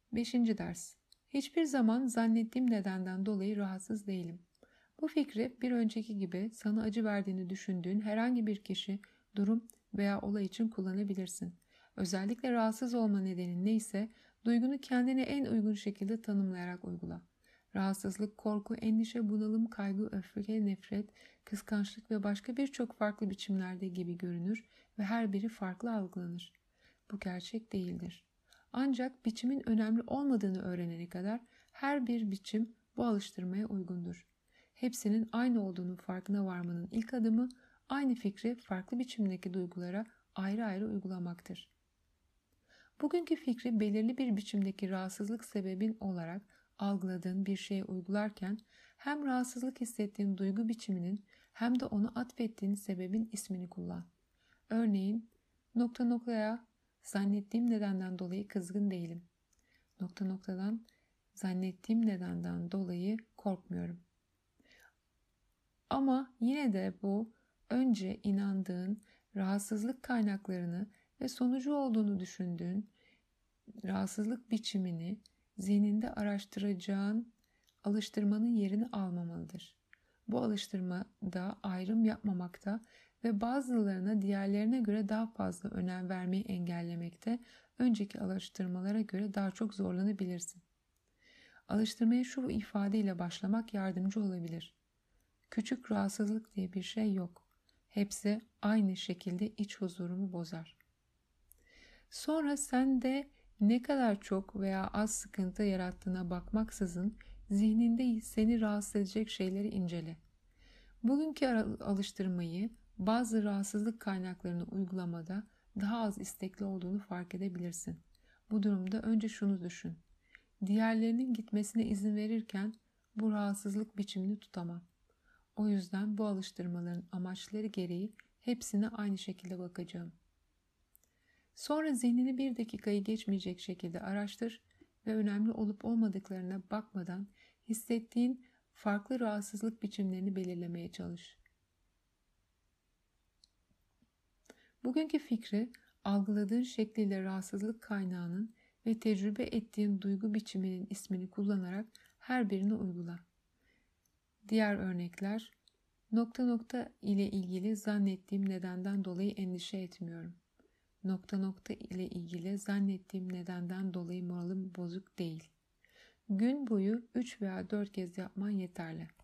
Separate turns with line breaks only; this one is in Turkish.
Beşinci ders. Hiçbir zaman zannettiğim nedenden dolayı rahatsız değilim. Bu fikri bir önceki gibi sana acı verdiğini düşündüğün herhangi bir kişi, durum veya olay için kullanabilirsin. Özellikle rahatsız olma nedenin neyse duygunu kendine en uygun şekilde tanımlayarak uygula. Rahatsızlık, korku, endişe, bunalım, kaygı, öfke, nefret, kıskançlık ve başka birçok farklı biçimlerde gibi görünür ve her biri farklı algılanır. Bu gerçek değildir. Ancak biçimin önemli olmadığını öğrenene kadar her bir biçim bu alıştırmaya uygundur. Hepsinin aynı olduğunu farkına varmanın ilk adımı aynı fikri farklı biçimdeki duygulara ayrı ayrı uygulamaktır. Bugünkü fikri belirli bir biçimdeki rahatsızlık sebebin olarak algıladığın bir şeye uygularken hem rahatsızlık hissettiğin duygu biçiminin hem de onu atfettiğin sebebin ismini kullan. Örneğin nokta noktaya zannettiğim nedenden dolayı kızgın değilim. Nokta noktadan zannettiğim nedenden dolayı korkmuyorum. Ama yine de bu önce inandığın rahatsızlık kaynaklarını ve sonucu olduğunu düşündüğün rahatsızlık biçimini zihninde araştıracağın alıştırmanın yerini almamalıdır. Bu alıştırmada ayrım yapmamakta ve bazılarına diğerlerine göre daha fazla önem vermeyi engellemekte, önceki alıştırmalara göre daha çok zorlanabilirsin. Alıştırmaya şu ifadeyle başlamak yardımcı olabilir. Küçük rahatsızlık diye bir şey yok. Hepsi aynı şekilde iç huzurumu bozar. Sonra sen de ne kadar çok veya az sıkıntı yarattığına bakmaksızın zihninde seni rahatsız edecek şeyleri incele. Bugünkü alıştırmayı bazı rahatsızlık kaynaklarını uygulamada daha az istekli olduğunu fark edebilirsin. Bu durumda önce şunu düşün. Diğerlerinin gitmesine izin verirken bu rahatsızlık biçimini tutamam. O yüzden bu alıştırmaların amaçları gereği hepsine aynı şekilde bakacağım. Sonra zihnini bir dakikayı geçmeyecek şekilde araştır ve önemli olup olmadıklarına bakmadan hissettiğin farklı rahatsızlık biçimlerini belirlemeye çalış. Bugünkü fikri algıladığın şekliyle rahatsızlık kaynağının ve tecrübe ettiğin duygu biçiminin ismini kullanarak her birini uygula. Diğer örnekler: nokta nokta ile ilgili zannettiğim nedenden dolayı endişe etmiyorum. Nokta nokta ile ilgili zannettiğim nedenden dolayı moralim bozuk değil. Gün boyu 3 veya 4 kez yapman yeterli.